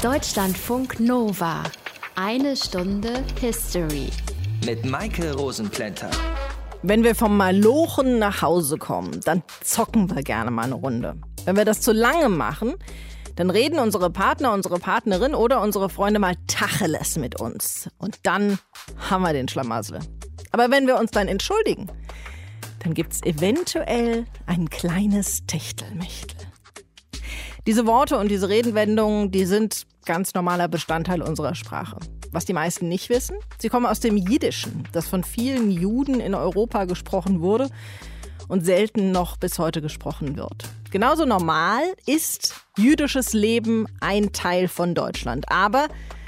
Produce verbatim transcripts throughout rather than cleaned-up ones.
Deutschlandfunk Nova. Eine Stunde History. Mit Maike Rosenplanter. Wenn wir vom Malochen nach Hause kommen, dann zocken wir gerne mal eine Runde. Wenn wir das zu lange machen, dann reden unsere Partner, unsere Partnerin oder unsere Freunde mal Tacheles mit uns. Und dann haben wir den Schlamassel. Aber wenn wir uns dann entschuldigen, dann gibt's eventuell ein kleines Techtelmechtel. Diese Worte und diese Redewendungen, die sind ganz normaler Bestandteil unserer Sprache. Was die meisten nicht wissen, sie kommen aus dem Jiddischen, das von vielen Juden in Europa gesprochen wurde und selten noch bis heute gesprochen wird. Genauso normal ist jüdisches Leben ein Teil von Deutschland. Aber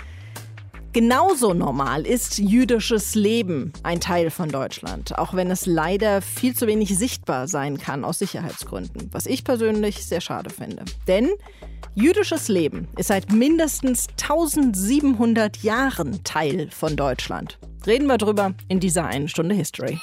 genauso normal ist jüdisches Leben ein Teil von Deutschland, auch wenn es leider viel zu wenig sichtbar sein kann aus Sicherheitsgründen, was ich persönlich sehr schade finde. Denn jüdisches Leben ist seit mindestens tausendsiebenhundert Jahren Teil von Deutschland. Reden wir drüber in dieser einen Stunde History.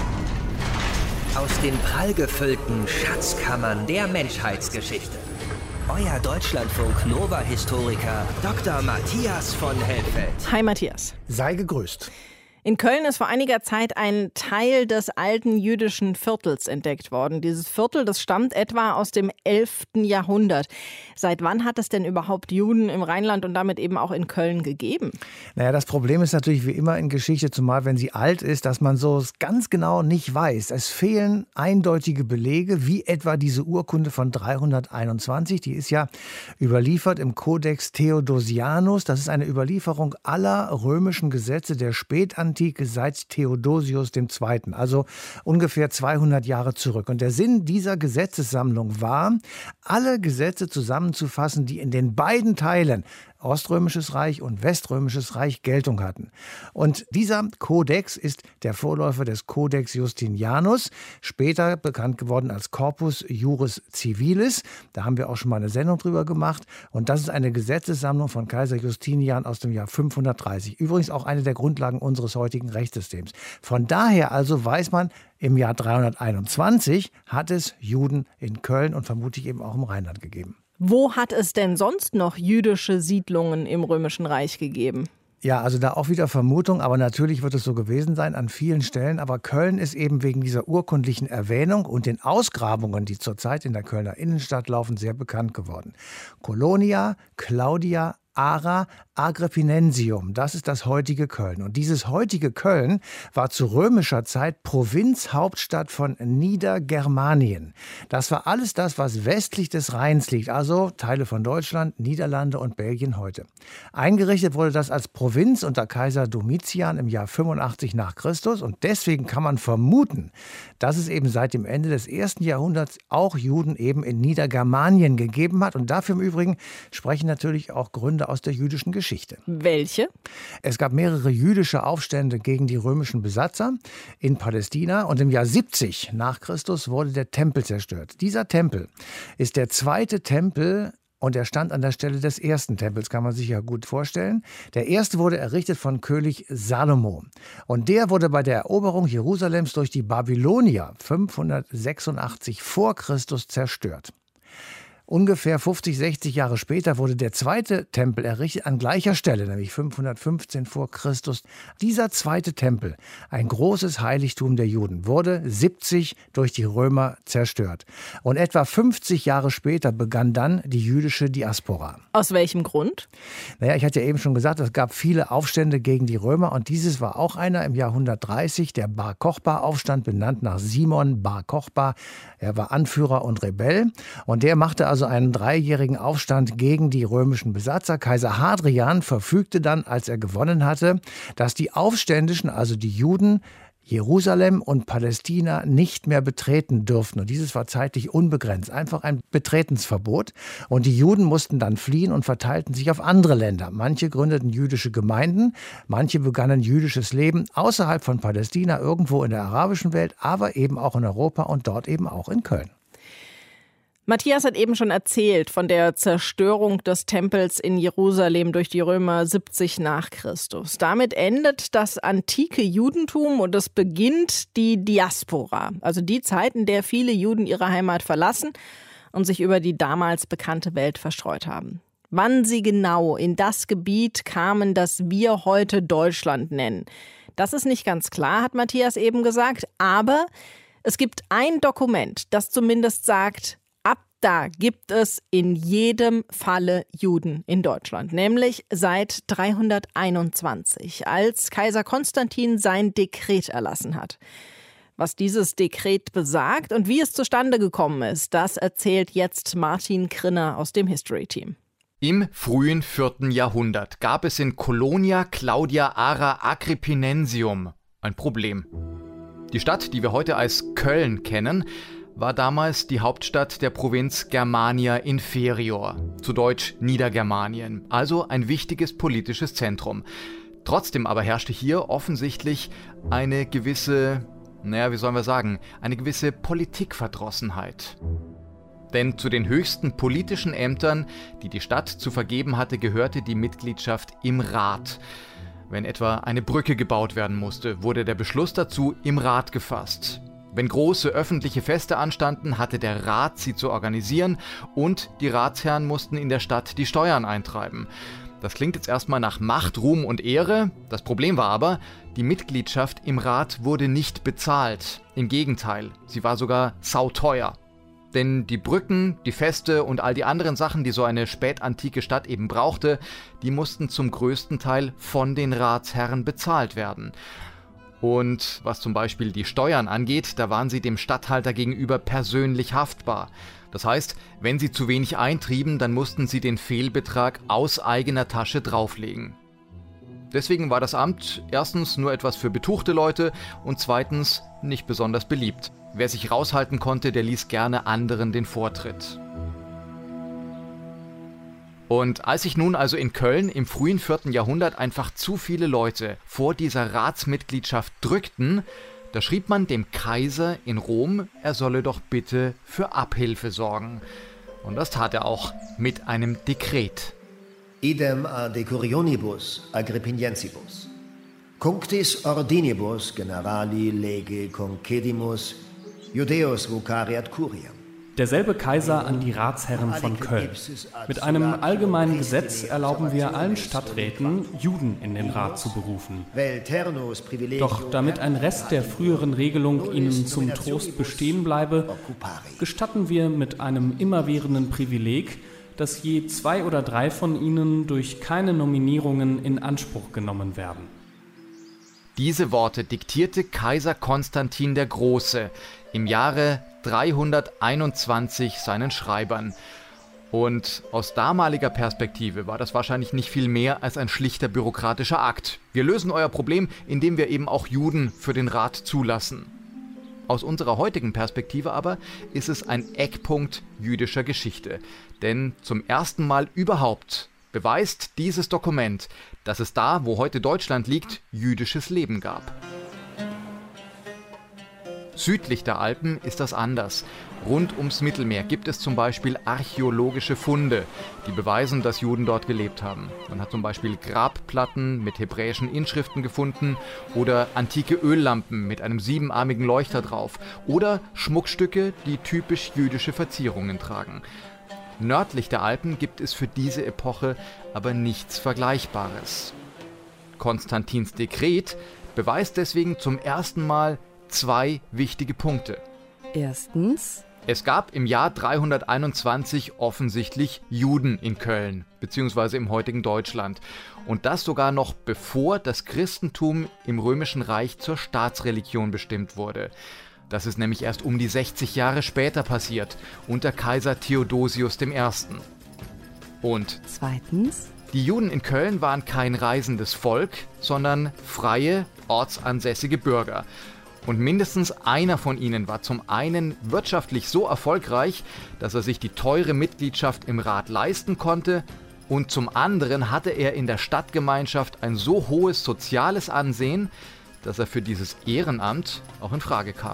Aus den prallgefüllten Schatzkammern der Menschheitsgeschichte. Euer Deutschlandfunk Nova-Historiker Doktor Matthias von Helfeld. Hi Matthias. Sei gegrüßt. In Köln ist vor einiger Zeit ein Teil des alten jüdischen Viertels entdeckt worden. Dieses Viertel, das stammt etwa aus dem elften Jahrhundert. Seit wann hat es denn überhaupt Juden im Rheinland und damit eben auch in Köln gegeben? Naja, das Problem ist natürlich wie immer in Geschichte, zumal wenn sie alt ist, dass man so ganz genau nicht weiß. Es fehlen eindeutige Belege, wie etwa diese Urkunde von dreihunderteinundzwanzig. Die ist ja überliefert im Codex Theodosianus. Das ist eine Überlieferung aller römischen Gesetze der Spätantike seit Theodosius der Zweite., also ungefähr zweihundert Jahre zurück. Und der Sinn dieser Gesetzessammlung war, alle Gesetze zusammenzufassen, die in den beiden Teilen Oströmisches Reich und Weströmisches Reich Geltung hatten. Und dieser Kodex ist der Vorläufer des Codex Justinianus, später bekannt geworden als Corpus Juris Civilis. Da haben wir auch schon mal eine Sendung drüber gemacht. Und das ist eine Gesetzessammlung von Kaiser Justinian aus dem Jahr fünfhundertdreißig. Übrigens auch eine der Grundlagen unseres heutigen Rechtssystems. Von daher also weiß man, im Jahr dreihunderteinundzwanzig hat es Juden in Köln und vermutlich eben auch im Rheinland gegeben. Wo hat es denn sonst noch jüdische Siedlungen im Römischen Reich gegeben? Ja, also da auch wieder Vermutung, aber natürlich wird es so gewesen sein an vielen Stellen. Aber Köln ist eben wegen dieser urkundlichen Erwähnung und den Ausgrabungen, die zurzeit in der Kölner Innenstadt laufen, sehr bekannt geworden. Colonia, Claudia, Ara, Agrippinensium, das ist das heutige Köln. Und dieses heutige Köln war zu römischer Zeit Provinzhauptstadt von Niedergermanien. Das war alles das, was westlich des Rheins liegt, also Teile von Deutschland, Niederlande und Belgien heute. Eingerichtet wurde das als Provinz unter Kaiser Domitian im Jahr fünfundachtzig nach Christus. Und deswegen kann man vermuten, dass es eben seit dem Ende des ersten Jahrhunderts auch Juden eben in Niedergermanien gegeben hat. Und dafür im Übrigen sprechen natürlich auch Gründe aus der jüdischen Geschichte. Welche? Es gab mehrere jüdische Aufstände gegen die römischen Besatzer in Palästina und im Jahr siebzig nach Christus wurde der Tempel zerstört. Dieser Tempel ist der zweite Tempel und er stand an der Stelle des ersten Tempels, kann man sich ja gut vorstellen. Der erste wurde errichtet von König Salomo und der wurde bei der Eroberung Jerusalems durch die Babylonier fünfhundertsechsundachtzig vor Christus zerstört. Ungefähr fünfzig, sechzig Jahre später wurde der zweite Tempel errichtet an gleicher Stelle, nämlich fünfhundertfünfzehn vor Christus. Dieser zweite Tempel, ein großes Heiligtum der Juden, wurde siebzig durch die Römer zerstört. Und etwa fünfzig Jahre später begann dann die jüdische Diaspora. Aus welchem Grund? Naja, ich hatte ja eben schon gesagt, es gab viele Aufstände gegen die Römer und dieses war auch einer im Jahr hundertdreißig, der Bar Kochba-Aufstand, benannt nach Simon Bar Kochba. Er war Anführer und Rebell und der machte also einen dreijährigen Aufstand gegen die römischen Besatzer. Kaiser Hadrian verfügte dann, als er gewonnen hatte, dass die Aufständischen, also die Juden, Jerusalem und Palästina nicht mehr betreten dürften. Und dieses war zeitlich unbegrenzt, einfach ein Betretensverbot. Und die Juden mussten dann fliehen und verteilten sich auf andere Länder. Manche gründeten jüdische Gemeinden, manche begannen jüdisches Leben außerhalb von Palästina, irgendwo in der arabischen Welt, aber eben auch in Europa und dort eben auch in Köln. Matthias hat eben schon erzählt von der Zerstörung des Tempels in Jerusalem durch die Römer siebzig nach Christus. Damit endet das antike Judentum und es beginnt die Diaspora, also die Zeit, in der viele Juden ihre Heimat verlassen und sich über die damals bekannte Welt verstreut haben. Wann sie genau in das Gebiet kamen, das wir heute Deutschland nennen. Das ist nicht ganz klar, hat Matthias eben gesagt, aber es gibt ein Dokument, das zumindest sagt, ab da gibt es in jedem Falle Juden in Deutschland, nämlich seit dreihunderteinundzwanzig, als Kaiser Konstantin sein Dekret erlassen hat. Was dieses Dekret besagt und wie es zustande gekommen ist, das erzählt jetzt Martin Krinner aus dem History-Team. Im frühen vierten Jahrhundert gab es in Colonia Claudia Ara Agrippinensium ein Problem. Die Stadt, die wir heute als Köln kennen, war damals die Hauptstadt der Provinz Germania Inferior, zu Deutsch Niedergermanien, also ein wichtiges politisches Zentrum. Trotzdem aber herrschte hier offensichtlich eine gewisse, naja, wie sollen wir sagen, eine gewisse Politikverdrossenheit. Denn zu den höchsten politischen Ämtern, die die Stadt zu vergeben hatte, gehörte die Mitgliedschaft im Rat. Wenn etwa eine Brücke gebaut werden musste, wurde der Beschluss dazu im Rat gefasst. Wenn große öffentliche Feste anstanden, hatte der Rat sie zu organisieren und die Ratsherren mussten in der Stadt die Steuern eintreiben. Das klingt jetzt erstmal nach Macht, Ruhm und Ehre. Das Problem war aber, die Mitgliedschaft im Rat wurde nicht bezahlt. Im Gegenteil, sie war sogar sauteuer. Denn die Brücken, die Feste und all die anderen Sachen, die so eine spätantike Stadt eben brauchte, die mussten zum größten Teil von den Ratsherren bezahlt werden. Und was zum Beispiel die Steuern angeht, da waren sie dem Statthalter gegenüber persönlich haftbar. Das heißt, wenn sie zu wenig eintrieben, dann mussten sie den Fehlbetrag aus eigener Tasche drauflegen. Deswegen war das Amt erstens nur etwas für betuchte Leute und zweitens nicht besonders beliebt. Wer sich raushalten konnte, der ließ gerne anderen den Vortritt. Und als sich nun also in Köln im frühen vierten Jahrhundert einfach zu viele Leute vor dieser Ratsmitgliedschaft drückten, da schrieb man dem Kaiser in Rom, er solle doch bitte für Abhilfe sorgen. Und das tat er auch mit einem Dekret. Idem a decurionibus agrippiniensibus. Cunctis ordinibus generali lege concedimus Judeus vocariat curiam. Derselbe Kaiser an die Ratsherren von Köln. Mit einem allgemeinen Gesetz erlauben wir allen Stadträten, Juden in den Rat zu berufen. Doch damit ein Rest der früheren Regelung ihnen zum Trost bestehen bleibe, gestatten wir mit einem immerwährenden Privileg, dass je zwei oder drei von ihnen durch keine Nominierungen in Anspruch genommen werden. Diese Worte diktierte Kaiser Konstantin der Große im Jahre dreihunderteinundzwanzig seinen Schreibern. Und aus damaliger Perspektive war das wahrscheinlich nicht viel mehr als ein schlichter bürokratischer Akt. Wir lösen euer Problem, indem wir eben auch Juden für den Rat zulassen. Aus unserer heutigen Perspektive aber ist es ein Eckpunkt jüdischer Geschichte. Denn zum ersten Mal überhaupt beweist dieses Dokument, dass es da, wo heute Deutschland liegt, jüdisches Leben gab. Südlich der Alpen ist das anders. Rund ums Mittelmeer gibt es zum Beispiel archäologische Funde, die beweisen, dass Juden dort gelebt haben. Man hat zum Beispiel Grabplatten mit hebräischen Inschriften gefunden oder antike Öllampen mit einem siebenarmigen Leuchter drauf oder Schmuckstücke, die typisch jüdische Verzierungen tragen. Nördlich der Alpen gibt es für diese Epoche aber nichts Vergleichbares. Konstantins Dekret beweist deswegen zum ersten Mal zwei wichtige Punkte. Erstens: Es gab im Jahr dreihunderteinundzwanzig offensichtlich Juden in Köln, beziehungsweise im heutigen Deutschland. Und das sogar noch bevor das Christentum im Römischen Reich zur Staatsreligion bestimmt wurde. Das ist nämlich erst um die sechzig Jahre später passiert, unter Kaiser Theodosius der Erste. Und zweitens: Die Juden in Köln waren kein reisendes Volk, sondern freie, ortsansässige Bürger. Und mindestens einer von ihnen war zum einen wirtschaftlich so erfolgreich, dass er sich die teure Mitgliedschaft im Rat leisten konnte, und zum anderen hatte er in der Stadtgemeinschaft ein so hohes soziales Ansehen, dass er für dieses Ehrenamt auch in Frage kam.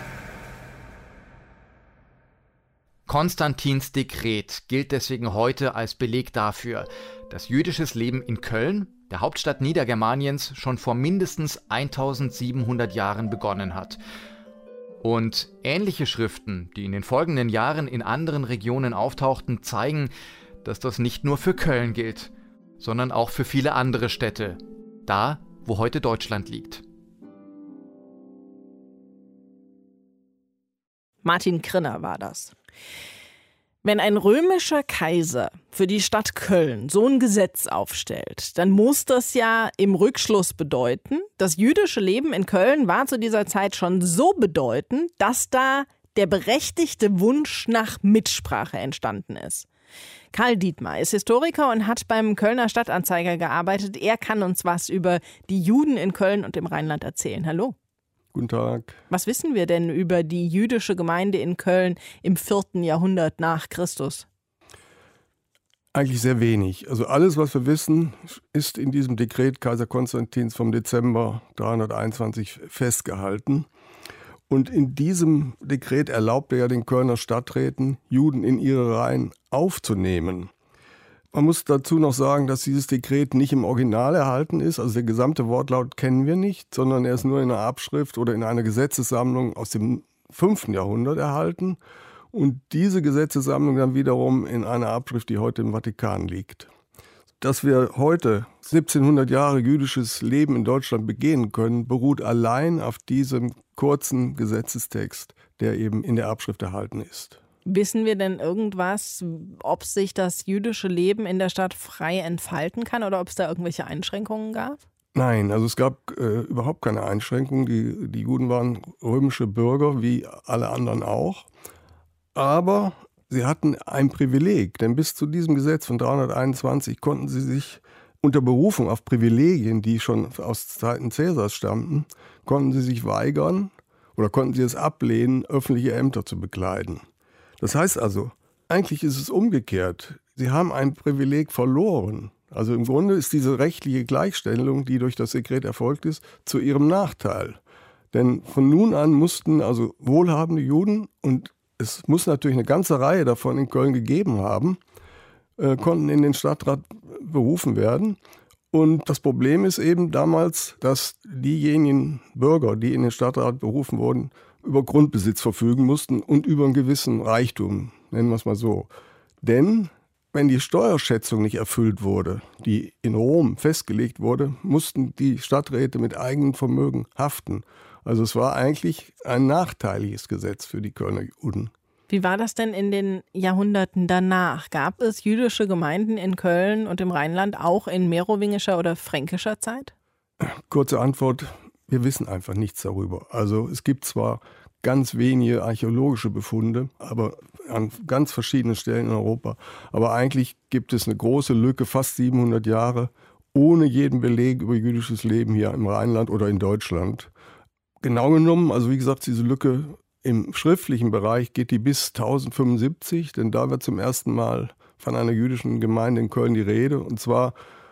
Konstantins Dekret gilt deswegen heute als Beleg dafür, dass jüdisches Leben in Köln, der Hauptstadt Niedergermaniens, schon vor mindestens eintausendsiebenhundert Jahren begonnen hat. Und ähnliche Schriften, die in den folgenden Jahren in anderen Regionen auftauchten, zeigen, dass das nicht nur für Köln gilt, sondern auch für viele andere Städte, da, wo heute Deutschland liegt. Martin Krinner war das. Wenn ein römischer Kaiser für die Stadt Köln so ein Gesetz aufstellt, dann muss das ja im Rückschluss bedeuten, das jüdische Leben in Köln war zu dieser Zeit schon so bedeutend, dass da der berechtigte Wunsch nach Mitsprache entstanden ist. Karl Dietmar ist Historiker und hat beim Kölner Stadtanzeiger gearbeitet. Er kann uns was über die Juden in Köln und im Rheinland erzählen. Hallo. Guten Tag. Was wissen wir denn über die jüdische Gemeinde in Köln im vierten Jahrhundert nach Christus? Eigentlich sehr wenig. Also alles, was wir wissen, ist in diesem Dekret Kaiser Konstantins vom Dezember dreihunderteinundzwanzig festgehalten. Und in diesem Dekret erlaubt er ja den Kölner Stadträten, Juden in ihre Reihen aufzunehmen. Man muss dazu noch sagen, dass dieses Dekret nicht im Original erhalten ist. Also der gesamte Wortlaut kennen wir nicht, sondern er ist nur in einer Abschrift oder in einer Gesetzessammlung aus dem fünften Jahrhundert erhalten. Und diese Gesetzessammlung dann wiederum in einer Abschrift, die heute im Vatikan liegt. Dass wir heute siebzehnhundert Jahre jüdisches Leben in Deutschland begehen können, beruht allein auf diesem kurzen Gesetzestext, der eben in der Abschrift erhalten ist. Wissen wir denn irgendwas, ob sich das jüdische Leben in der Stadt frei entfalten kann oder ob es da irgendwelche Einschränkungen gab? Nein, also es gab äh, überhaupt keine Einschränkungen. Die, die Juden waren römische Bürger, wie alle anderen auch. Aber sie hatten ein Privileg, denn bis zu diesem Gesetz von dreihunderteinundzwanzig konnten sie sich unter Berufung auf Privilegien, die schon aus Zeiten Cäsars stammten, konnten sie sich weigern oder konnten sie es ablehnen, öffentliche Ämter zu bekleiden. Das heißt also, eigentlich ist es umgekehrt. Sie haben ein Privileg verloren. Also im Grunde ist diese rechtliche Gleichstellung, die durch das Dekret erfolgt ist, zu ihrem Nachteil. Denn von nun an mussten also wohlhabende Juden, und es muss natürlich eine ganze Reihe davon in Köln gegeben haben, äh, konnten in den Stadtrat berufen werden. Und das Problem ist eben damals, dass diejenigen Bürger, die in den Stadtrat berufen wurden, über Grundbesitz verfügen mussten und über einen gewissen Reichtum, nennen wir es mal so. Denn wenn die Steuerschätzung nicht erfüllt wurde, die in Rom festgelegt wurde, mussten die Stadträte mit eigenem Vermögen haften. Also es war eigentlich ein nachteiliges Gesetz für die Kölner Juden. Wie war das denn in den Jahrhunderten danach? Gab es jüdische Gemeinden in Köln und im Rheinland auch in merowingischer oder fränkischer Zeit? Kurze Antwort, wir wissen einfach nichts darüber. Also es gibt zwar ganz wenige archäologische Befunde, aber an ganz verschiedenen Stellen in Europa. Aber eigentlich gibt es eine große Lücke, fast siebenhundert Jahre, ohne jeden Beleg über jüdisches Leben hier im Rheinland oder in Deutschland. Genau genommen, also wie gesagt, diese Lücke im schriftlichen Bereich geht die bis tausendfünfundsiebzig, denn da wird zum ersten Mal von einer jüdischen Gemeinde in Köln die Rede. Und zwar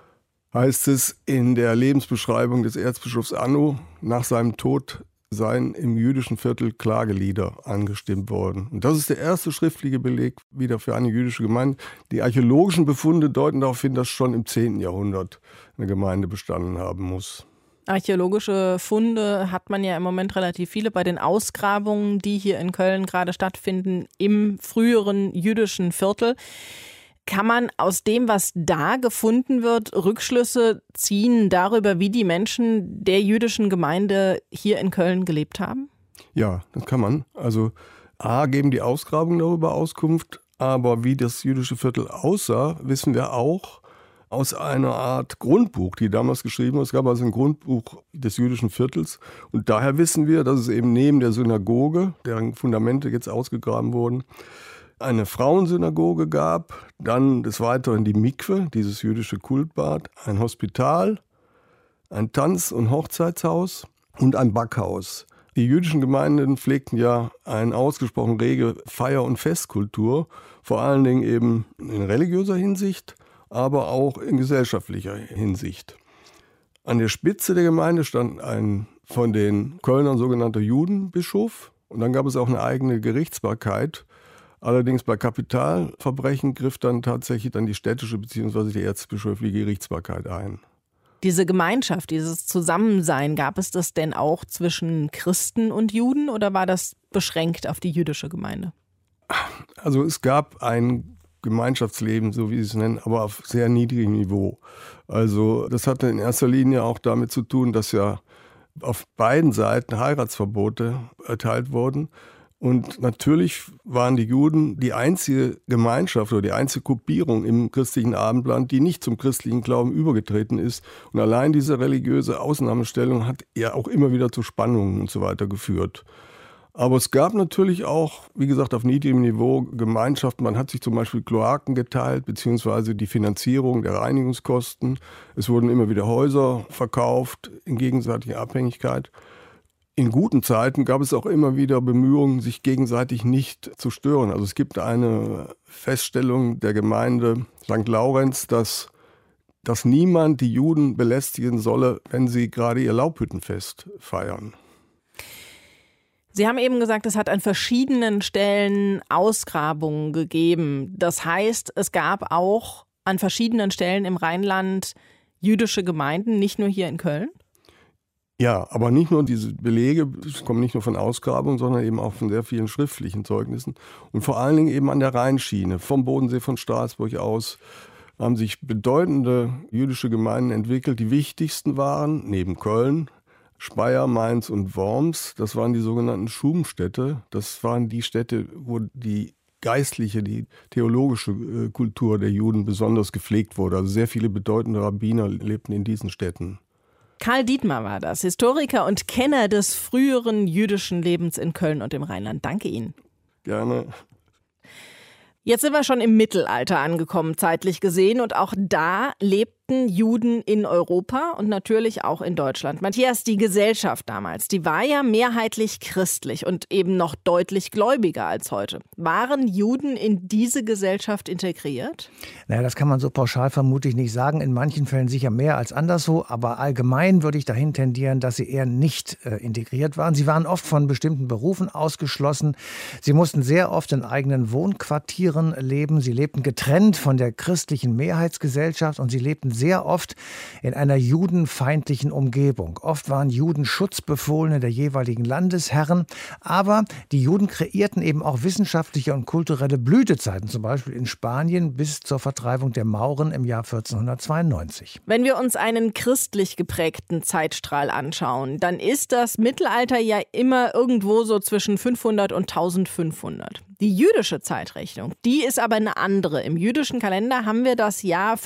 heißt es in der Lebensbeschreibung des Erzbischofs Anno, nach seinem Tod seien im jüdischen Viertel Klagelieder angestimmt worden. Und das ist der erste schriftliche Beleg wieder für eine jüdische Gemeinde. Die archäologischen Befunde deuten darauf hin, dass schon im zehnten Jahrhundert eine Gemeinde bestanden haben muss. Archäologische Funde hat man ja im Moment relativ viele bei den Ausgrabungen, die hier in Köln gerade stattfinden, im früheren jüdischen Viertel. Kann man aus dem, was da gefunden wird, Rückschlüsse ziehen darüber, wie die Menschen der jüdischen Gemeinde hier in Köln gelebt haben? Ja, das kann man. Also A, geben die Ausgrabungen darüber Auskunft, aber wie das jüdische Viertel aussah, wissen wir auch aus einer Art Grundbuch, die damals geschrieben wurde. Es gab also ein Grundbuch des jüdischen Viertels und daher wissen wir, dass es eben neben der Synagoge, deren Fundamente jetzt ausgegraben wurden, eine Frauensynagoge gab, dann des Weiteren die Mikwe, dieses jüdische Kultbad, ein Hospital, ein Tanz- und Hochzeitshaus und ein Backhaus. Die jüdischen Gemeinden pflegten ja eine ausgesprochen rege Feier- und Festkultur, vor allen Dingen eben in religiöser Hinsicht, aber auch in gesellschaftlicher Hinsicht. An der Spitze der Gemeinde stand ein von den Kölnern sogenannter Judenbischof und dann gab es auch eine eigene Gerichtsbarkeit. Allerdings bei Kapitalverbrechen griff dann tatsächlich dann die städtische bzw. die erzbischöfliche Gerichtsbarkeit ein. Diese Gemeinschaft, dieses Zusammensein, gab es das denn auch zwischen Christen und Juden oder war das beschränkt auf die jüdische Gemeinde? Also es gab ein Gemeinschaftsleben, so wie sie es nennen, aber auf sehr niedrigem Niveau. Also das hatte in erster Linie auch damit zu tun, dass ja auf beiden Seiten Heiratsverbote erteilt wurden. Und natürlich waren die Juden die einzige Gemeinschaft oder die einzige Gruppierung im christlichen Abendland, die nicht zum christlichen Glauben übergetreten ist. Und allein diese religiöse Ausnahmestellung hat ja auch immer wieder zu Spannungen und so weiter geführt. Aber es gab natürlich auch, wie gesagt, auf niedrigem Niveau Gemeinschaften. Man hat sich zum Beispiel Kloaken geteilt, beziehungsweise die Finanzierung der Reinigungskosten. Es wurden immer wieder Häuser verkauft in gegenseitiger Abhängigkeit. In guten Zeiten gab es auch immer wieder Bemühungen, sich gegenseitig nicht zu stören. Also es gibt eine Feststellung der Gemeinde Sankt Laurenz, dass, dass niemand die Juden belästigen solle, wenn sie gerade ihr Laubhüttenfest feiern. Sie haben eben gesagt, es hat an verschiedenen Stellen Ausgrabungen gegeben. Das heißt, es gab auch an verschiedenen Stellen im Rheinland jüdische Gemeinden, nicht nur hier in Köln? Ja, aber nicht nur diese Belege, es kommen nicht nur von Ausgrabungen, sondern eben auch von sehr vielen schriftlichen Zeugnissen. Und vor allen Dingen eben an der Rheinschiene, vom Bodensee von Straßburg aus, haben sich bedeutende jüdische Gemeinden entwickelt. Die wichtigsten waren, neben Köln, Speyer, Mainz und Worms. Das waren die sogenannten Schumstädte. Das waren die Städte, wo die geistliche, die theologische Kultur der Juden besonders gepflegt wurde. Also sehr viele bedeutende Rabbiner lebten in diesen Städten. Karl Dietmar war das, Historiker und Kenner des früheren jüdischen Lebens in Köln und im Rheinland. Danke Ihnen. Gerne. Jetzt sind wir schon im Mittelalter angekommen, zeitlich gesehen. Und auch da lebten Juden in Europa und natürlich auch in Deutschland. Matthias, die Gesellschaft damals, die war ja mehrheitlich christlich und eben noch deutlich gläubiger als heute. Waren Juden in diese Gesellschaft integriert? Naja, das kann man so pauschal vermutlich nicht sagen. In manchen Fällen sicher mehr als anderswo. Aber allgemein würde ich dahin tendieren, dass sie eher nicht äh, integriert waren. Sie waren oft von bestimmten Berufen ausgeschlossen. Sie mussten sehr oft in eigenen Wohnquartieren leben. Sie lebten getrennt von der christlichen Mehrheitsgesellschaft und sie lebten sehr oft in einer judenfeindlichen Umgebung. Oft waren Juden Schutzbefohlene der jeweiligen Landesherren, aber die Juden kreierten eben auch wissenschaftliche und kulturelle Blütezeiten, zum Beispiel in Spanien bis zur Vertreibung der Mauren im Jahr vierzehnhundertzweiundneunzig. Wenn wir uns einen christlich geprägten Zeitstrahl anschauen, dann ist das Mittelalter ja immer irgendwo so zwischen fünfhundert und eintausendfünfhundert. Die jüdische Zeitrechnung, die ist aber eine andere. Im jüdischen Kalender haben wir das Jahr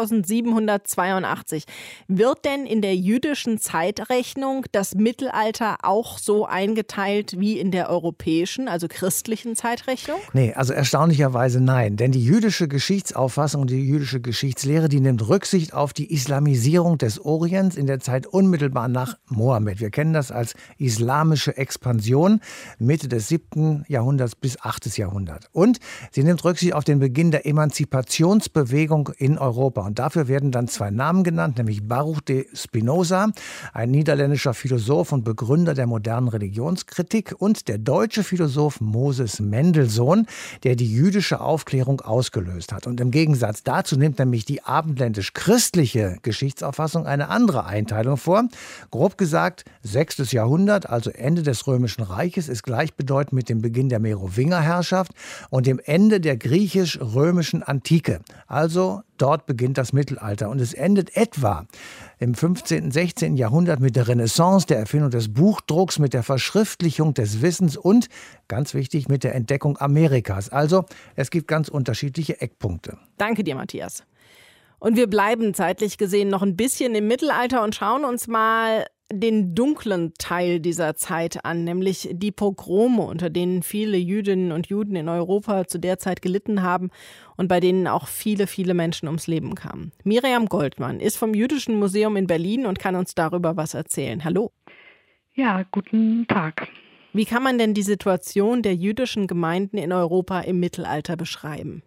fünftausendsiebenhundertzweiundachtzig. Wird denn in der jüdischen Zeitrechnung das Mittelalter auch so eingeteilt wie in der europäischen, also christlichen Zeitrechnung? Nee, also erstaunlicherweise nein. Denn die jüdische Geschichtsauffassung und die jüdische Geschichtslehre, die nimmt Rücksicht auf die Islamisierung des Orients in der Zeit unmittelbar nach Mohammed. Wir kennen das als islamische Expansion Mitte des siebten Jahrhunderts bis achtes Jahrhundert. Und sie nimmt Rücksicht auf den Beginn der Emanzipationsbewegung in Europa. Und dafür werden dann zwei Namen genannt, nämlich Baruch de Spinoza, ein niederländischer Philosoph und Begründer der modernen Religionskritik, und der deutsche Philosoph Moses Mendelssohn, der die jüdische Aufklärung ausgelöst hat. Und im Gegensatz dazu nimmt nämlich die abendländisch-christliche Geschichtsauffassung eine andere Einteilung vor. Grob gesagt, sechstes Jahrhundert, also Ende des Römischen Reiches, ist gleichbedeutend mit dem Beginn der Merowingerherrschaft und dem Ende der griechisch-römischen Antike. Also dort beginnt das Mittelalter und es endet etwa im fünfzehnten, sechzehnten Jahrhundert mit der Renaissance, der Erfindung des Buchdrucks, mit der Verschriftlichung des Wissens und, ganz wichtig, mit der Entdeckung Amerikas. Also es gibt ganz unterschiedliche Eckpunkte. Danke dir, Matthias. Und wir bleiben zeitlich gesehen noch ein bisschen im Mittelalter und schauen uns mal den dunklen Teil dieser Zeit an, nämlich die Pogrome, unter denen viele Jüdinnen und Juden in Europa zu der Zeit gelitten haben und bei denen auch viele, viele Menschen ums Leben kamen. Miriam Goldmann ist vom Jüdischen Museum in Berlin und kann uns darüber was erzählen. Hallo. Ja, guten Tag. Wie kann man denn die Situation der jüdischen Gemeinden in Europa im Mittelalter beschreiben?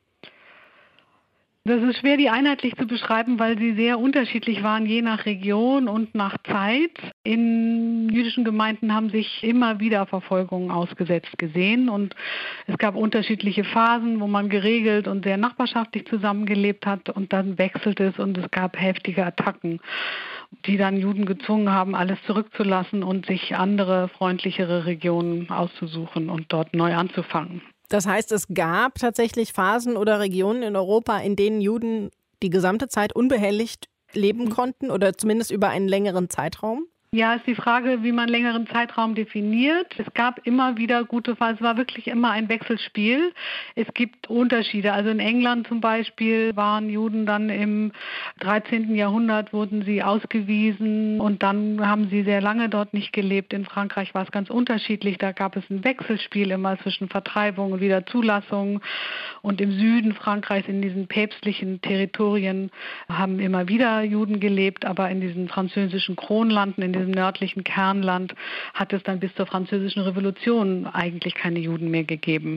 Das ist schwer, die einheitlich zu beschreiben, weil sie sehr unterschiedlich waren, je nach Region und nach Zeit. In jüdischen Gemeinden haben sich immer wieder Verfolgungen ausgesetzt gesehen und es gab unterschiedliche Phasen, wo man geregelt und sehr nachbarschaftlich zusammengelebt hat und dann wechselte es und es gab heftige Attacken, die dann Juden gezwungen haben, alles zurückzulassen und sich andere, freundlichere Regionen auszusuchen und dort neu anzufangen. Das heißt, es gab tatsächlich Phasen oder Regionen in Europa, in denen Juden die gesamte Zeit unbehelligt leben konnten oder zumindest über einen längeren Zeitraum? Ja, ist die Frage, wie man längeren Zeitraum definiert. Es gab immer wieder gute Phasen. Es war wirklich immer ein Wechselspiel. Es gibt Unterschiede. Also in England zum Beispiel waren Juden dann im dreizehnten Jahrhundert, wurden sie ausgewiesen und dann haben sie sehr lange dort nicht gelebt. In Frankreich war es ganz unterschiedlich. Da gab es ein Wechselspiel immer zwischen Vertreibung und wieder Zulassung. Und im Süden Frankreichs, in diesen päpstlichen Territorien, haben immer wieder Juden gelebt. Aber in diesen französischen Kronlanden, in diesen im nördlichen Kernland hat es dann bis zur Französischen Revolution eigentlich keine Juden mehr gegeben.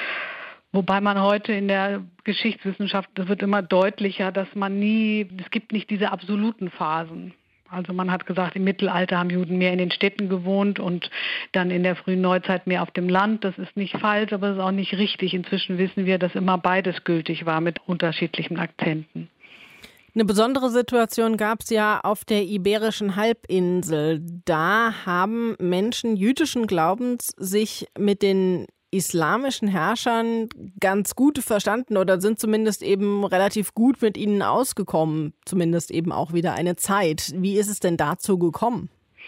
Wobei man heute in der Geschichtswissenschaft, das wird immer deutlicher, dass man nie, es gibt nicht diese absoluten Phasen. Also man hat gesagt, im Mittelalter haben Juden mehr in den Städten gewohnt und dann in der frühen Neuzeit mehr auf dem Land. Das ist nicht falsch, aber das ist auch nicht richtig. Inzwischen wissen wir, dass immer beides gültig war mit unterschiedlichen Akzenten. Eine besondere Situation gab es ja auf der Iberischen Halbinsel. Da haben Menschen jüdischen Glaubens sich mit den islamischen Herrschern ganz gut verstanden oder sind zumindest eben relativ gut mit ihnen ausgekommen, zumindest eben auch wieder eine Zeit. Wie ist es denn dazu gekommen?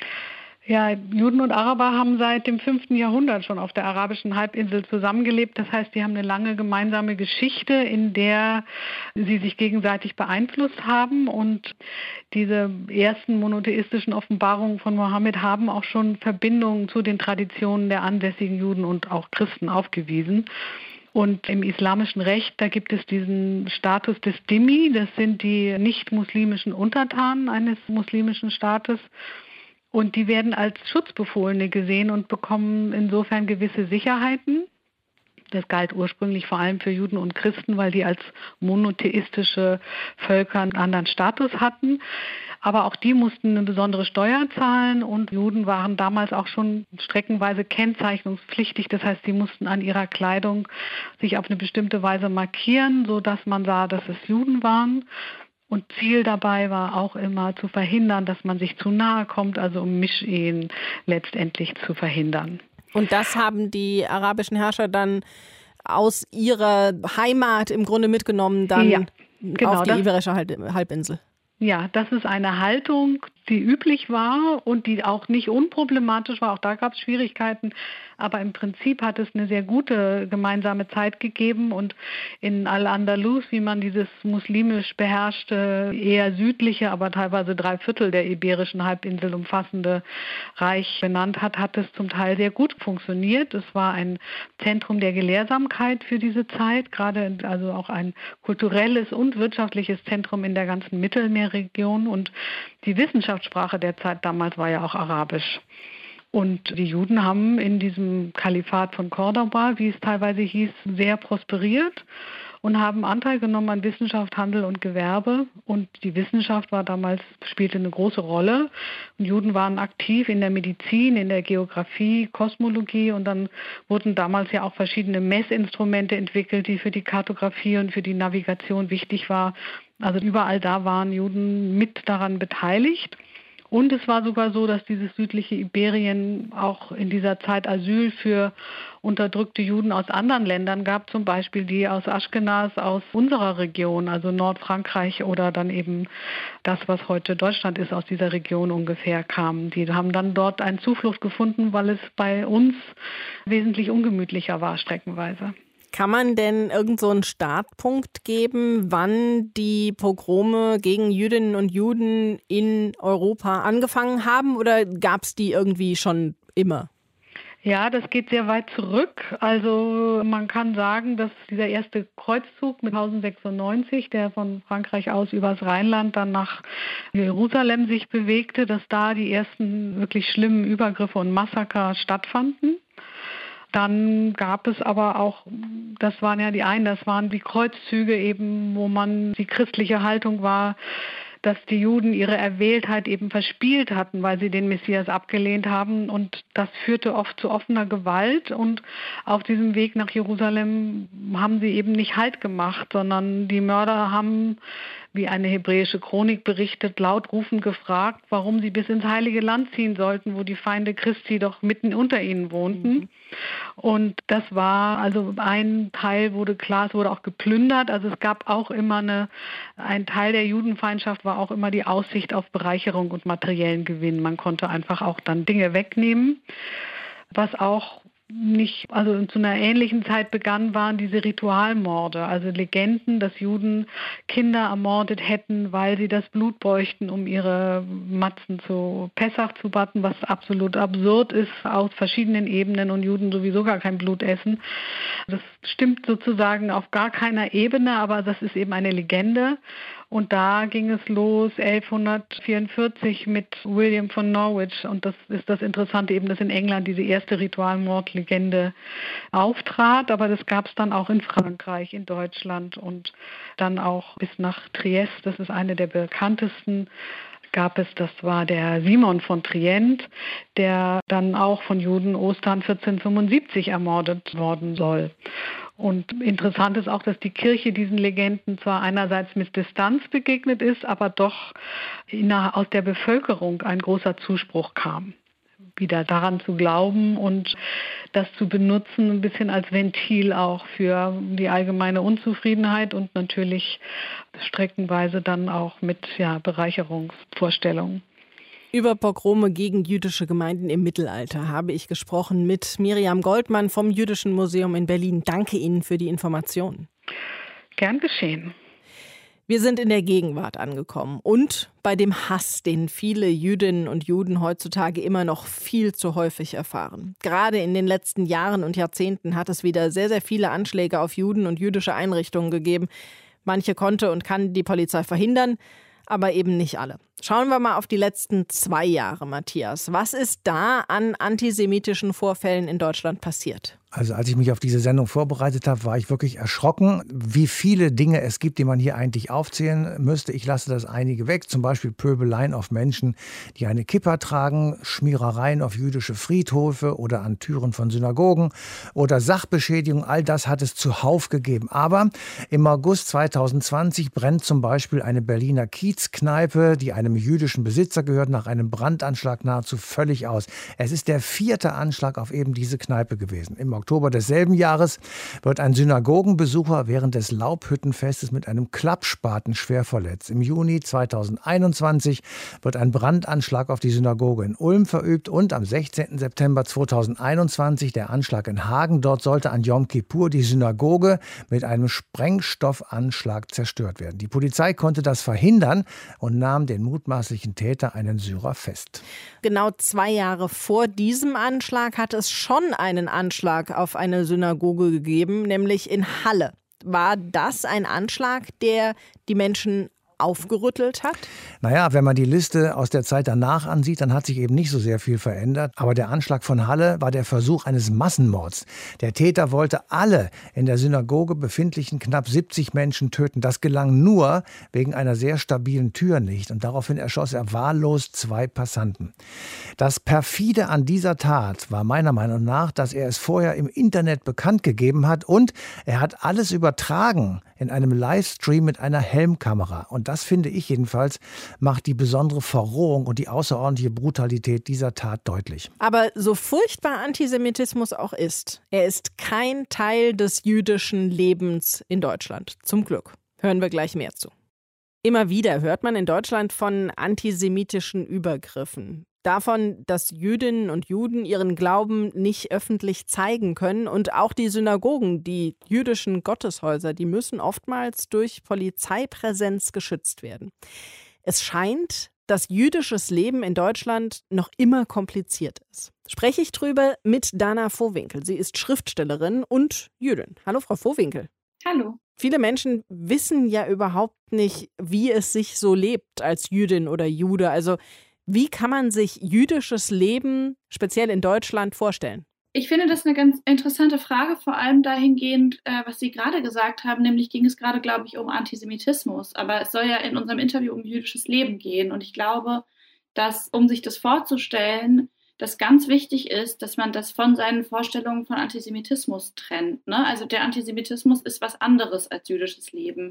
Ja, Juden und Araber haben seit dem fünften Jahrhundert schon auf der arabischen Halbinsel zusammengelebt. Das heißt, die haben eine lange gemeinsame Geschichte, in der sie sich gegenseitig beeinflusst haben. Und diese ersten monotheistischen Offenbarungen von Mohammed haben auch schon Verbindungen zu den Traditionen der ansässigen Juden und auch Christen aufgewiesen. Und im islamischen Recht, da gibt es diesen Status des Dhimmi, das sind die nicht-muslimischen Untertanen eines muslimischen Staates. Und die werden als Schutzbefohlene gesehen und bekommen insofern gewisse Sicherheiten. Das galt ursprünglich vor allem für Juden und Christen, weil die als monotheistische Völker einen anderen Status hatten. Aber auch die mussten eine besondere Steuer zahlen und Juden waren damals auch schon streckenweise kennzeichnungspflichtig. Das heißt, sie mussten an ihrer Kleidung sich auf eine bestimmte Weise markieren, sodass man sah, dass es Juden waren. Und Ziel dabei war auch immer zu verhindern, dass man sich zu nahe kommt, also um Mischehen letztendlich zu verhindern. Und das haben die arabischen Herrscher dann aus ihrer Heimat im Grunde mitgenommen, dann ja, genau, auf die Iberische Halbinsel. Ja, das ist eine Haltung, die üblich war und die auch nicht unproblematisch war. Auch da gab es Schwierigkeiten. Aber im Prinzip hat es eine sehr gute gemeinsame Zeit gegeben. Und in Al-Andalus, wie man dieses muslimisch beherrschte, eher südliche, aber teilweise drei Viertel der Iberischen Halbinsel umfassende Reich benannt hat, hat es zum Teil sehr gut funktioniert. Es war ein Zentrum der Gelehrsamkeit für diese Zeit, gerade also auch ein kulturelles und wirtschaftliches Zentrum in der ganzen Mittelmeerregion. Und die Wissenschaftssprache der Zeit damals war ja auch Arabisch. Und die Juden haben in diesem Kalifat von Cordoba, wie es teilweise hieß, sehr prosperiert und haben Anteil genommen an Wissenschaft, Handel und Gewerbe. Und die Wissenschaft war damals, spielte eine große Rolle. Und Juden waren aktiv in der Medizin, in der Geografie, Kosmologie. Und dann wurden damals ja auch verschiedene Messinstrumente entwickelt, die für die Kartografie und für die Navigation wichtig waren. Also überall da waren Juden mit daran beteiligt. Und es war sogar so, dass dieses südliche Iberien auch in dieser Zeit Asyl für unterdrückte Juden aus anderen Ländern gab, zum Beispiel die aus Aschkenaz, aus unserer Region, also Nordfrankreich oder dann eben das, was heute Deutschland ist, aus dieser Region ungefähr kamen. Die haben dann dort eine Zuflucht gefunden, weil es bei uns wesentlich ungemütlicher war, streckenweise. Kann man denn irgend so einen Startpunkt geben, wann die Pogrome gegen Jüdinnen und Juden in Europa angefangen haben oder gab es die irgendwie schon immer? Ja, das geht sehr weit zurück. Also man kann sagen, dass dieser erste Kreuzzug mit tausendsechsundneunzig, der von Frankreich aus übers Rheinland dann nach Jerusalem sich bewegte, dass da die ersten wirklich schlimmen Übergriffe und Massaker stattfanden. Dann gab es aber auch, das waren ja die einen, das waren die Kreuzzüge eben, wo man die christliche Haltung war, dass die Juden ihre Erwähltheit eben verspielt hatten, weil sie den Messias abgelehnt haben. Und das führte oft zu offener Gewalt. Und auf diesem Weg nach Jerusalem haben sie eben nicht Halt gemacht, sondern die Mörder haben wie eine hebräische Chronik berichtet, laut rufend gefragt, warum sie bis ins Heilige Land ziehen sollten, wo die Feinde Christi doch mitten unter ihnen wohnten. Mhm. Und das war, also ein Teil wurde klar, es wurde auch geplündert. Also es gab auch immer eine, ein Teil der Judenfeindschaft war auch immer die Aussicht auf Bereicherung und materiellen Gewinn. Man konnte einfach auch dann Dinge wegnehmen, was auch nicht, also zu einer ähnlichen Zeit begann, waren diese Ritualmorde, also Legenden, dass Juden Kinder ermordet hätten, weil sie das Blut bräuchten, um ihre Matzen zu Pessach zu backen, was absolut absurd ist aus verschiedenen Ebenen und Juden sowieso gar kein Blut essen. Das stimmt sozusagen auf gar keiner Ebene, aber das ist eben eine Legende. Und da ging es los elfhundertvierundvierzig mit William von Norwich. Und das ist das Interessante eben, dass in England diese erste Ritualmordlegende auftrat. Aber das gab es dann auch in Frankreich, in Deutschland und dann auch bis nach Triest. Das ist eine der bekanntesten. Gab es, das war der Simon von Trient, der dann auch von Juden Ostern vierzehnhundertfünfundsiebzig ermordet worden soll. Und interessant ist auch, dass die Kirche diesen Legenden zwar einerseits mit Distanz begegnet ist, aber doch aus der Bevölkerung ein großer Zuspruch kam, wieder daran zu glauben und das zu benutzen, ein bisschen als Ventil auch für die allgemeine Unzufriedenheit und natürlich streckenweise dann auch mit ja, Bereicherungsvorstellungen. Über Pogrome gegen jüdische Gemeinden im Mittelalter habe ich gesprochen mit Miriam Goldmann vom Jüdischen Museum in Berlin. Danke Ihnen für die Informationen. Gern geschehen. Wir sind in der Gegenwart angekommen und bei dem Hass, den viele Jüdinnen und Juden heutzutage immer noch viel zu häufig erfahren. Gerade in den letzten Jahren und Jahrzehnten hat es wieder sehr, sehr viele Anschläge auf Juden und jüdische Einrichtungen gegeben. Manche konnte und kann die Polizei verhindern, aber eben nicht alle. Schauen wir mal auf die letzten zwei Jahre, Matthias. Was ist da an antisemitischen Vorfällen in Deutschland passiert? Also als ich mich auf diese Sendung vorbereitet habe, war ich wirklich erschrocken, wie viele Dinge es gibt, die man hier eigentlich aufzählen müsste. Ich lasse das einige weg, zum Beispiel Pöbeleien auf Menschen, die eine Kippa tragen, Schmierereien auf jüdische Friedhöfe oder an Türen von Synagogen oder Sachbeschädigung. All das hat es zuhauf gegeben. Aber im August zweitausendzwanzig brennt zum Beispiel eine Berliner Kiezkneipe, die einem jüdischen Besitzer gehört, nach einem Brandanschlag nahezu völlig aus. Es ist der vierte Anschlag auf eben diese Kneipe gewesen. Im Oktober desselben Jahres wird ein Synagogenbesucher während des Laubhüttenfestes mit einem Klappspaten schwer verletzt. Im Juni zweitausendeinundzwanzig wird ein Brandanschlag auf die Synagoge in Ulm verübt und am sechzehnten September zweitausendeinundzwanzig der Anschlag in Hagen. Dort sollte an Yom Kippur die Synagoge mit einem Sprengstoffanschlag zerstört werden. Die Polizei konnte das verhindern und nahm den mutmaßlichen Täter, einen Syrer, fest. Genau zwei Jahre vor diesem Anschlag hat es schon einen Anschlag auf eine Synagoge gegeben, nämlich in Halle. War das ein Anschlag, der die Menschen aufgerüttelt hat? Naja, wenn man die Liste aus der Zeit danach ansieht, dann hat sich eben nicht so sehr viel verändert. Aber der Anschlag von Halle war der Versuch eines Massenmords. Der Täter wollte alle in der Synagoge befindlichen knapp siebzig Menschen töten. Das gelang nur wegen einer sehr stabilen Tür nicht. Und daraufhin erschoss er wahllos zwei Passanten. Das perfide an dieser Tat war meiner Meinung nach, dass er es vorher im Internet bekannt gegeben hat und er hat alles übertragen in einem Livestream mit einer Helmkamera. Und das, finde ich jedenfalls, macht die besondere Verrohung und die außerordentliche Brutalität dieser Tat deutlich. Aber so furchtbar Antisemitismus auch ist, er ist kein Teil des jüdischen Lebens in Deutschland. Zum Glück. Hören wir gleich mehr zu. Immer wieder hört man in Deutschland von antisemitischen Übergriffen. Davon, dass Jüdinnen und Juden ihren Glauben nicht öffentlich zeigen können. Und auch die Synagogen, die jüdischen Gotteshäuser, die müssen oftmals durch Polizeipräsenz geschützt werden. Es scheint, dass jüdisches Leben in Deutschland noch immer kompliziert ist. Spreche ich drüber mit Dana Vohwinkel. Sie ist Schriftstellerin und Jüdin. Hallo, Frau Vohwinkel. Hallo. Viele Menschen wissen ja überhaupt nicht, wie es sich so lebt als Jüdin oder Jude. Also wie kann man sich jüdisches Leben speziell in Deutschland vorstellen? Ich finde das eine ganz interessante Frage, vor allem dahingehend, äh, was Sie gerade gesagt haben, nämlich ging es gerade, glaube ich, um Antisemitismus. Aber es soll ja in unserem Interview um jüdisches Leben gehen. Und ich glaube, dass, um sich das vorzustellen, das ganz wichtig ist, dass man das von seinen Vorstellungen von Antisemitismus trennt. Ne? Also der Antisemitismus ist was anderes als jüdisches Leben.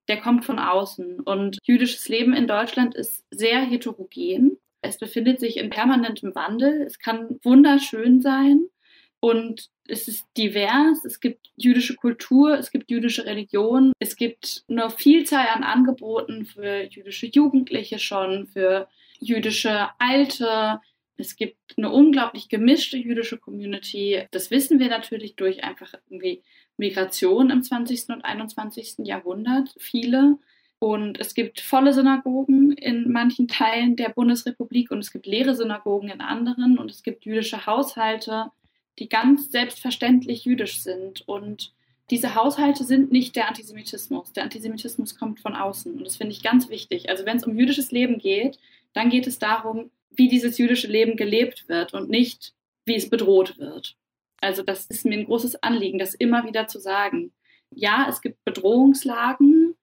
der kommt von außen. Und jüdisches Leben in Deutschland ist sehr heterogen. Es befindet sich in permanentem Wandel. Es kann wunderschön sein und es ist divers. Es gibt jüdische Kultur, es gibt jüdische Religion. Es gibt eine Vielzahl an Angeboten für jüdische Jugendliche schon, für jüdische Alte. Es gibt eine unglaublich gemischte jüdische Community. Das wissen wir natürlich durch einfach irgendwie Migration im zwanzigsten und einundzwanzigsten Jahrhundert, viele. Und es gibt volle Synagogen in manchen Teilen der Bundesrepublik und es gibt leere Synagogen in anderen. Und es gibt jüdische Haushalte, die ganz selbstverständlich jüdisch sind. Und diese Haushalte sind nicht der Antisemitismus. Der Antisemitismus kommt von außen. Und das finde ich ganz wichtig. Also wenn es um jüdisches Leben geht, dann geht es darum, wie dieses jüdische Leben gelebt wird und nicht, wie es bedroht wird. Also das ist mir ein großes Anliegen, das immer wieder zu sagen. Ja, es gibt Bedrohungslagen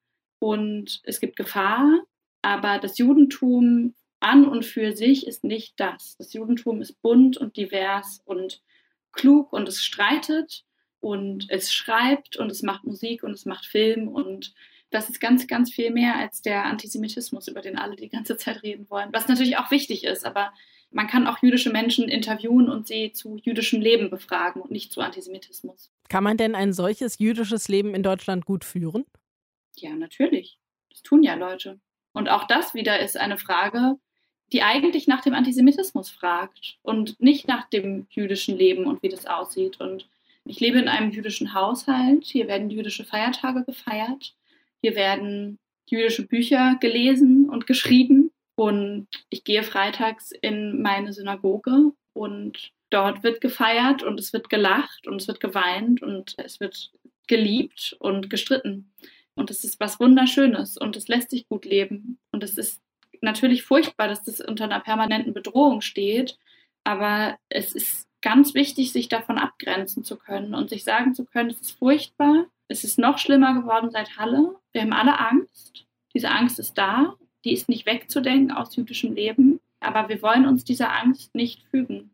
und es gibt Gefahr, aber das Judentum an und für sich ist nicht das. Das Judentum ist bunt und divers und klug und es streitet und es schreibt und es macht Musik und es macht Film und das ist ganz, ganz viel mehr als der Antisemitismus, über den alle die ganze Zeit reden wollen. Was natürlich auch wichtig ist, aber man kann auch jüdische Menschen interviewen und sie zu jüdischem Leben befragen und nicht zu Antisemitismus. Kann man denn ein solches jüdisches Leben in Deutschland gut führen? Ja, natürlich. Das tun ja Leute. Und auch das wieder ist eine Frage, die eigentlich nach dem Antisemitismus fragt und nicht nach dem jüdischen Leben und wie das aussieht. Und ich lebe in einem jüdischen Haushalt. Hier werden jüdische Feiertage gefeiert. Hier werden jüdische Bücher gelesen und geschrieben und ich gehe freitags in meine Synagoge und dort wird gefeiert und es wird gelacht und es wird geweint und es wird geliebt und gestritten. Und das ist was Wunderschönes und es lässt sich gut leben. Und es ist natürlich furchtbar, dass das unter einer permanenten Bedrohung steht, aber es ist ganz wichtig, sich davon abgrenzen zu können und sich sagen zu können, es ist furchtbar. Es ist noch schlimmer geworden seit Halle. Wir haben alle Angst. Diese Angst ist da. Die ist nicht wegzudenken aus jüdischem Leben. Aber wir wollen uns dieser Angst nicht fügen.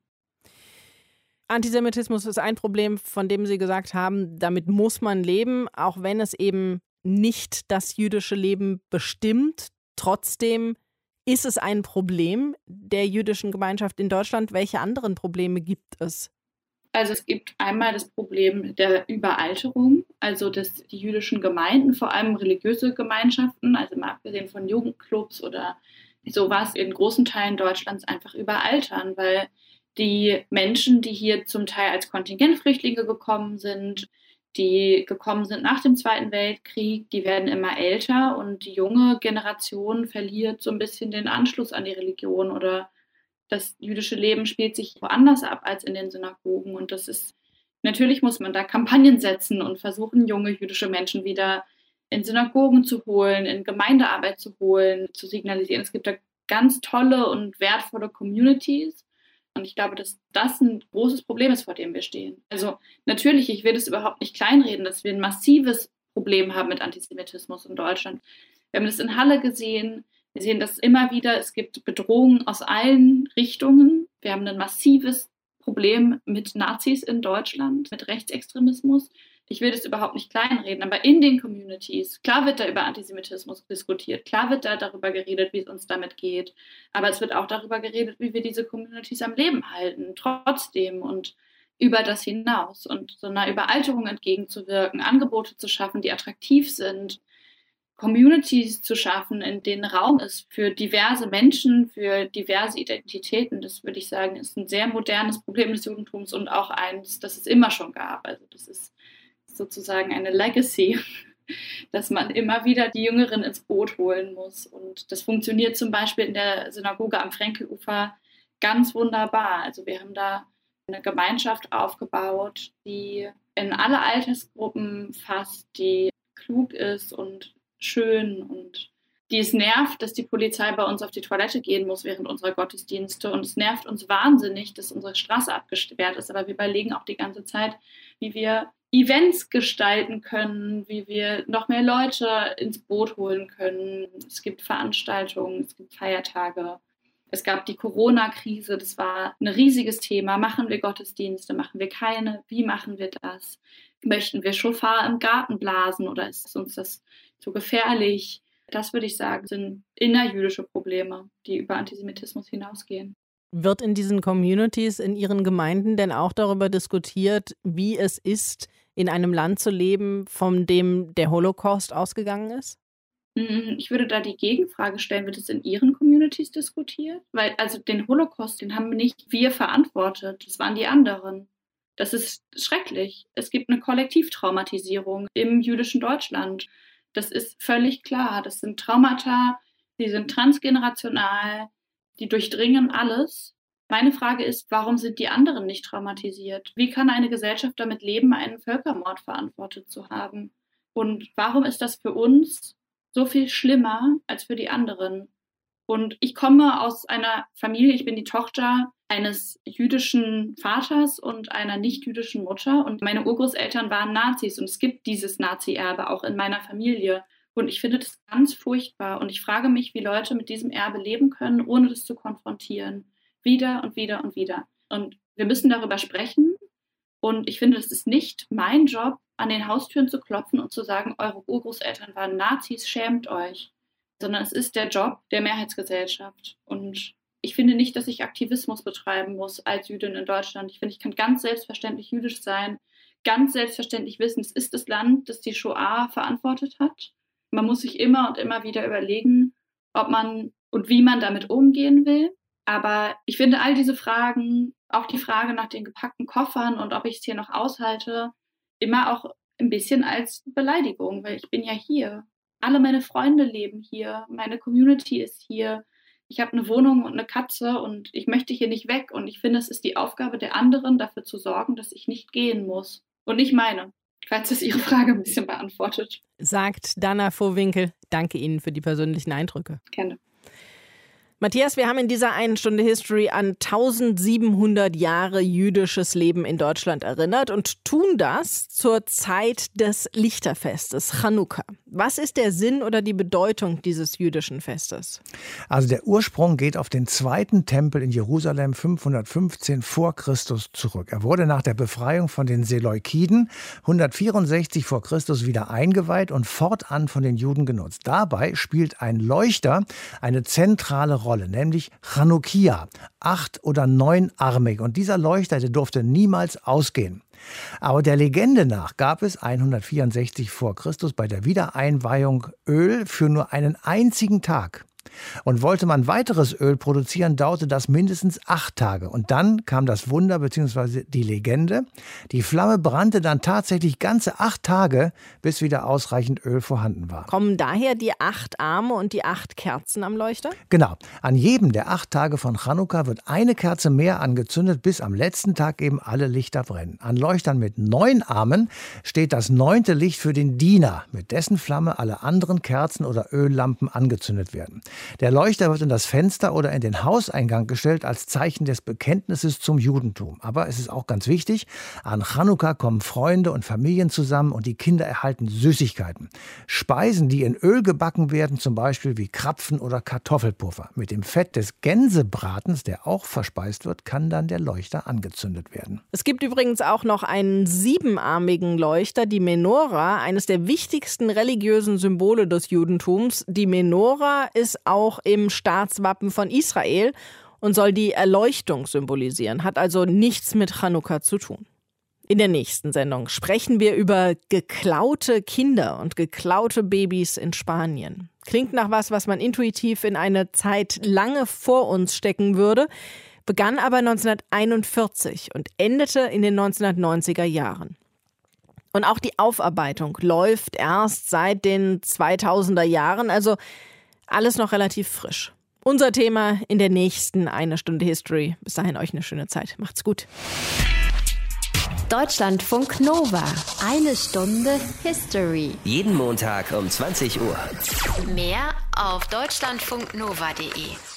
Antisemitismus ist ein Problem, von dem Sie gesagt haben, damit muss man leben, auch wenn es eben nicht das jüdische Leben bestimmt. Trotzdem ist es ein Problem der jüdischen Gemeinschaft in Deutschland. Welche anderen Probleme gibt es? Also es gibt einmal das Problem der Überalterung, also dass die jüdischen Gemeinden, vor allem religiöse Gemeinschaften, also mal abgesehen von Jugendclubs oder sowas, in großen Teilen Deutschlands einfach überaltern, weil die Menschen, die hier zum Teil als Kontingentflüchtlinge gekommen sind, die gekommen sind nach dem Zweiten Weltkrieg, die werden immer älter und die junge Generation verliert so ein bisschen den Anschluss an die Religion oder das jüdische Leben spielt sich woanders ab als in den Synagogen. Und das ist, natürlich muss man da Kampagnen setzen und versuchen, junge jüdische Menschen wieder in Synagogen zu holen, in Gemeindearbeit zu holen, zu signalisieren. Es gibt da ganz tolle und wertvolle Communities. Und ich glaube, dass das ein großes Problem ist, vor dem wir stehen. Also natürlich, ich will das überhaupt nicht kleinreden, dass wir ein massives Problem haben mit Antisemitismus in Deutschland. Wir haben das in Halle gesehen. Wir sehen das immer wieder, es gibt Bedrohungen aus allen Richtungen. Wir haben ein massives Problem mit Nazis in Deutschland, mit Rechtsextremismus. Ich will das überhaupt nicht kleinreden, aber in den Communities, klar wird da über Antisemitismus diskutiert, klar wird da darüber geredet, wie es uns damit geht, aber es wird auch darüber geredet, wie wir diese Communities am Leben halten, trotzdem und über das hinaus und so einer Überalterung entgegenzuwirken, Angebote zu schaffen, die attraktiv sind, Communities zu schaffen, in denen Raum ist für diverse Menschen, für diverse Identitäten. Das würde ich sagen, ist ein sehr modernes Problem des Judentums und auch eins, das es immer schon gab. Also das ist sozusagen eine Legacy, dass man immer wieder die Jüngeren ins Boot holen muss. Und das funktioniert zum Beispiel in der Synagoge am Frenkelufer ganz wunderbar. Also wir haben da eine Gemeinschaft aufgebaut, die in alle Altersgruppen fasst, die klug ist und schön und die es nervt, dass die Polizei bei uns auf die Toilette gehen muss während unserer Gottesdienste und es nervt uns wahnsinnig, dass unsere Straße abgesperrt ist, aber wir überlegen auch die ganze Zeit, wie wir Events gestalten können, wie wir noch mehr Leute ins Boot holen können. Es gibt Veranstaltungen, es gibt Feiertage. Es gab die Corona-Krise, das war ein riesiges Thema. Machen wir Gottesdienste, machen wir keine? Wie machen wir das? Möchten wir Schofar im Garten blasen oder ist uns das zu gefährlich? Das würde ich sagen, sind innerjüdische Probleme, die über Antisemitismus hinausgehen. Wird in diesen Communities, in Ihren Gemeinden denn auch darüber diskutiert, wie es ist, in einem Land zu leben, von dem der Holocaust ausgegangen ist? Ich würde da die Gegenfrage stellen, wird es in Ihren Communities diskutiert? Weil also den Holocaust, den haben nicht wir verantwortet, das waren die anderen. Das ist schrecklich. Es gibt eine Kollektivtraumatisierung im jüdischen Deutschland. Das ist völlig klar. Das sind Traumata, die sind transgenerational, die durchdringen alles. Meine Frage ist, warum sind die anderen nicht traumatisiert? Wie kann eine Gesellschaft damit leben, einen Völkermord verantwortet zu haben? Und warum ist das für uns so viel schlimmer als für die anderen? Und ich komme aus einer Familie, ich bin die Tochter eines jüdischen Vaters und einer nicht-jüdischen Mutter. Und meine Urgroßeltern waren Nazis und es gibt dieses Nazi-Erbe auch in meiner Familie. Und ich finde das ganz furchtbar. Und ich frage mich, wie Leute mit diesem Erbe leben können, ohne das zu konfrontieren. Wieder und wieder und wieder. Und wir müssen darüber sprechen. Und ich finde, es ist nicht mein Job, an den Haustüren zu klopfen und zu sagen, eure Urgroßeltern waren Nazis, schämt euch. Sondern es ist der Job der Mehrheitsgesellschaft. Und ich finde nicht, dass ich Aktivismus betreiben muss als Jüdin in Deutschland. Ich finde, ich kann ganz selbstverständlich jüdisch sein, ganz selbstverständlich wissen, es ist das Land, das die Shoah verantwortet hat. Man muss sich immer und immer wieder überlegen, ob man und wie man damit umgehen will. Aber ich finde all diese Fragen, auch die Frage nach den gepackten Koffern und ob ich es hier noch aushalte, immer auch ein bisschen als Beleidigung, weil ich bin ja hier. Alle meine Freunde leben hier, meine Community ist hier. Ich habe eine Wohnung und eine Katze und ich möchte hier nicht weg. Und ich finde, es ist die Aufgabe der anderen, dafür zu sorgen, dass ich nicht gehen muss. Und nicht meine, falls das Ihre Frage ein bisschen beantwortet. Sagt Dana Vohwinkel. Danke Ihnen für die persönlichen Eindrücke. Gerne. Matthias, wir haben in dieser einen Stunde History an tausendsiebenhundert Jahre jüdisches Leben in Deutschland erinnert und tun das zur Zeit des Lichterfestes, Chanukka. Was ist der Sinn oder die Bedeutung dieses jüdischen Festes? Also der Ursprung geht auf den zweiten Tempel in Jerusalem fünfhundertfünfzehn vor Christus zurück. Er wurde nach der Befreiung von den Seleukiden hundertvierundsechzig vor Christus wieder eingeweiht und fortan von den Juden genutzt. Dabei spielt ein Leuchter eine zentrale Rolle, nämlich Chanukia, acht- oder neunarmig. Und dieser Leuchter, der durfte niemals ausgehen. Aber der Legende nach gab es hundertvierundsechzig vor Christus bei der Wiedereinweihung Öl für nur einen einzigen Tag. Und wollte man weiteres Öl produzieren, dauerte das mindestens acht Tage. Und dann kam das Wunder bzw. die Legende. Die Flamme brannte dann tatsächlich ganze acht Tage, bis wieder ausreichend Öl vorhanden war. Kommen daher die acht Arme und die acht Kerzen am Leuchter? Genau. An jedem der acht Tage von Chanukka wird eine Kerze mehr angezündet, bis am letzten Tag eben alle Lichter brennen. An Leuchtern mit neun Armen steht das neunte Licht für den Diener, mit dessen Flamme alle anderen Kerzen oder Öllampen angezündet werden. Der Leuchter wird in das Fenster oder in den Hauseingang gestellt als Zeichen des Bekenntnisses zum Judentum. Aber es ist auch ganz wichtig, an Chanukka kommen Freunde und Familien zusammen und die Kinder erhalten Süßigkeiten. Speisen, die in Öl gebacken werden, zum Beispiel wie Krapfen oder Kartoffelpuffer. Mit dem Fett des Gänsebratens, der auch verspeist wird, kann dann der Leuchter angezündet werden. Es gibt übrigens auch noch einen siebenarmigen Leuchter, die Menora, eines der wichtigsten religiösen Symbole des Judentums. Die Menora ist auch im Staatswappen von Israel und soll die Erleuchtung symbolisieren, hat also nichts mit Chanukka zu tun. In der nächsten Sendung sprechen wir über geklaute Kinder und geklaute Babys in Spanien. Klingt nach was, was man intuitiv in eine Zeit lange vor uns stecken würde, begann aber neunzehnhunderteinundvierzig und endete in den neunzehnhundertneunziger Jahren. Und auch die Aufarbeitung läuft erst seit den zweitausender Jahren, also alles noch relativ frisch. Unser Thema in der nächsten Eine Stunde History. Bis dahin euch eine schöne Zeit. Macht's gut. Deutschlandfunk Nova. Eine Stunde History. Jeden Montag um zwanzig Uhr. Mehr auf deutschlandfunknova punkt de.